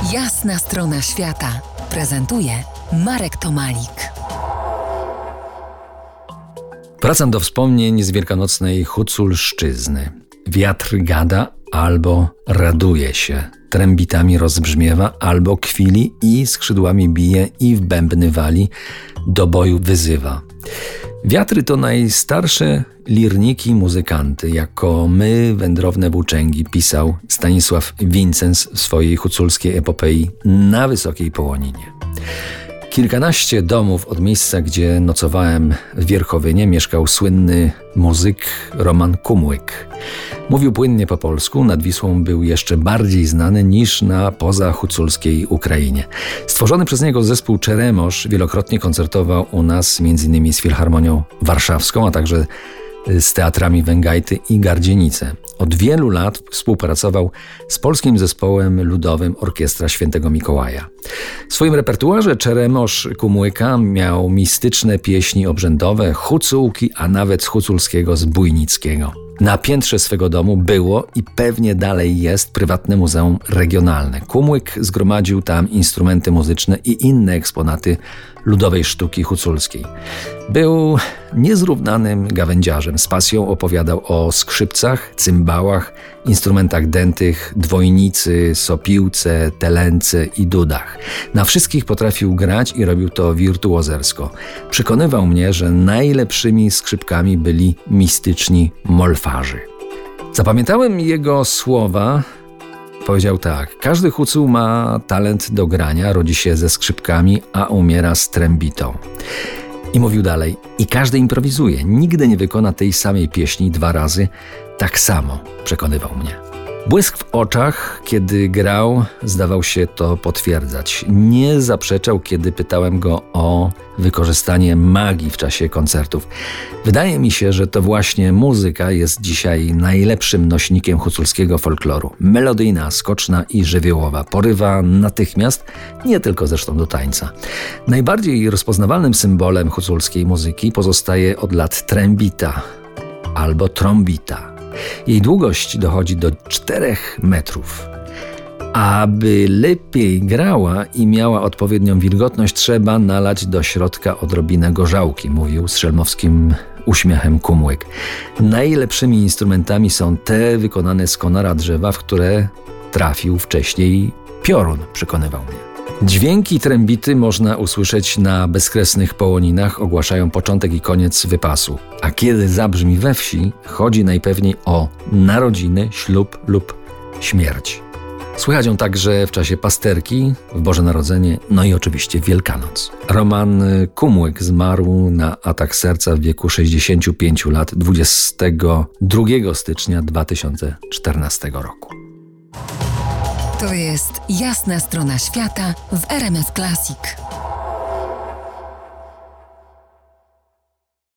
Jasna strona świata prezentuje Marek Tomalik. Wracam do wspomnień z wielkanocnej Huculszczyzny. Wiatr gada albo raduje się, trębitami rozbrzmiewa albo kwili i skrzydłami bije i w bębny wali, do boju wyzywa. Wiatry to najstarsze lirniki muzykanty, jako my, wędrowne włóczęgi, pisał Stanisław Wincens w swojej huculskiej epopei Na Wysokiej Połoninie. Kilkanaście domów od miejsca, gdzie nocowałem w Wierchowynie, mieszkał słynny muzyk Roman Kumłyk. Mówił płynnie po polsku, nad Wisłą był jeszcze bardziej znany niż na pozahuculskiej Ukrainie. Stworzony przez niego zespół Czeremosz wielokrotnie koncertował u nas, m.in. z Filharmonią Warszawską, a także z teatrami Węgajty i Gardzienice. Od wielu lat współpracował z polskim zespołem ludowym Orkiestra Świętego Mikołaja. W swoim repertuarze Czeremosz Kumłyka miał mistyczne pieśni obrzędowe, hucułki, a nawet z huculskiego Zbójnickiego. Na piętrze swego domu było i pewnie dalej jest prywatne muzeum regionalne. Kumłyk zgromadził tam instrumenty muzyczne i inne eksponaty ludowej sztuki huculskiej. Był niezrównanym gawędziarzem. Z pasją opowiadał o skrzypcach, cymbałach, instrumentach dętych, dwojnicy, sopiłce, telence i dudach. Na wszystkich potrafił grać i robił to wirtuozersko. Przekonywał mnie, że najlepszymi skrzypkami byli mistyczni molfarzy. Zapamiętałem jego słowa. Powiedział tak: każdy hucuł ma talent do grania, rodzi się ze skrzypkami, a umiera z trębitą. I mówił dalej: i każdy improwizuje, nigdy nie wykona tej samej pieśni dwa razy tak samo, przekonywał mnie. Błysk w oczach, kiedy grał, zdawał się to potwierdzać. Nie zaprzeczał, kiedy pytałem go o wykorzystanie magii w czasie koncertów. Wydaje mi się, że to właśnie muzyka jest dzisiaj najlepszym nośnikiem huculskiego folkloru. Melodyjna, skoczna i żywiołowa. Porywa natychmiast, nie tylko zresztą do tańca. Najbardziej rozpoznawalnym symbolem huculskiej muzyki pozostaje od lat trębita albo trąbita. Jej długość dochodzi do 4 metrów. Aby lepiej grała i miała odpowiednią wilgotność, trzeba nalać do środka odrobinę gorzałki, mówił z szelmowskim uśmiechem Kumłyk. Najlepszymi instrumentami są te wykonane z konara drzewa, w które trafił wcześniej piorun, przekonywał mnie. Dźwięki trębity można usłyszeć na bezkresnych połoninach, ogłaszają początek i koniec wypasu. A kiedy zabrzmi we wsi, chodzi najpewniej o narodziny, ślub lub śmierć. Słychać ją także w czasie pasterki, w Boże Narodzenie, no i oczywiście Wielkanoc. Roman Kumłyk zmarł na atak serca w wieku 65 lat 22 stycznia 2014 roku. To jest Jasna strona świata w RMF Classic.